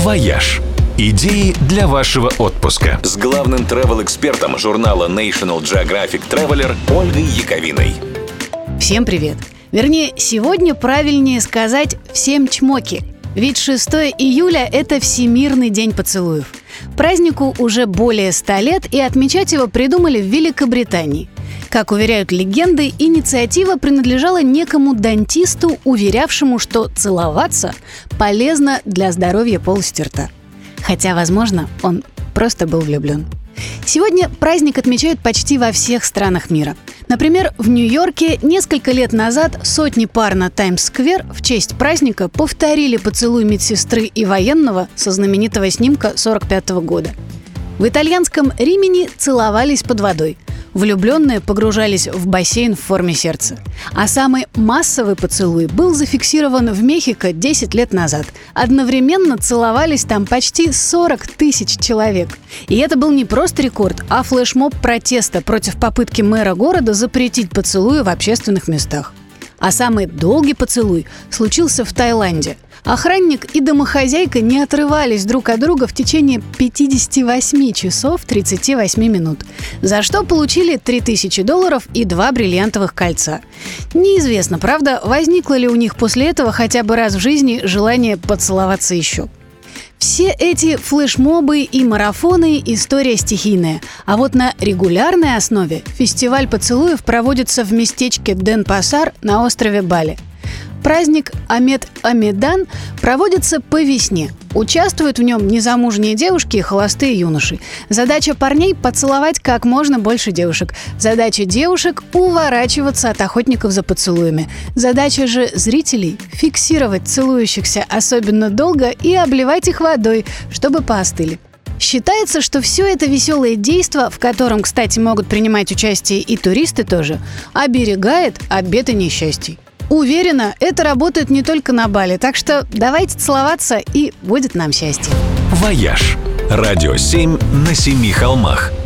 «Вояж». Идеи для вашего отпуска. С главным travel-экспертом журнала National Geographic Traveler Ольгой Яковиной. Всем привет! Вернее, сегодня правильнее сказать «всем чмоки». Ведь 6 июля – это Всемирный день поцелуев. Празднику уже более 100 лет, и отмечать его придумали в Великобритании. Как уверяют легенды, инициатива принадлежала некому дантисту, уверявшему, что целоваться полезно для здоровья полости рта. Хотя, возможно, он просто был влюблен. Сегодня праздник отмечают почти во всех странах мира. Например, в Нью-Йорке несколько лет назад сотни пар на Таймс-сквер в честь праздника повторили поцелуй медсестры и военного со знаменитого снимка 1945 года. В итальянском Римини целовались под водой. Влюбленные погружались в бассейн в форме сердца. А самый массовый поцелуй был зафиксирован в Мехико 10 лет назад. Одновременно целовались там почти 40 тысяч человек. И это был не просто рекорд, а флешмоб протеста против попытки мэра города запретить поцелуи в общественных местах. А самый долгий поцелуй случился в Таиланде. Охранник и домохозяйка не отрывались друг от друга в течение 58 часов 38 минут, за что получили $3000 и 2 бриллиантовых кольца. Неизвестно, правда, возникло ли у них после этого хотя бы раз в жизни желание поцеловаться еще. Все эти флешмобы и марафоны – история стихийная. А вот на регулярной основе фестиваль поцелуев проводится в местечке Денпасар на острове Бали. Праздник Амед-Амедан проводится по весне. Участвуют в нем незамужние девушки и холостые юноши. Задача парней – поцеловать как можно больше девушек. Задача девушек – уворачиваться от охотников за поцелуями. Задача же зрителей – фиксировать целующихся особенно долго и обливать их водой, чтобы поостыли. Считается, что все это веселое действо, в котором, кстати, могут принимать участие и туристы тоже, оберегает от бед и несчастий. Уверена, это работает не только на Бали, так что давайте целоваться, и будет нам счастье. «Вояж». Радио 7 на 7 холмах.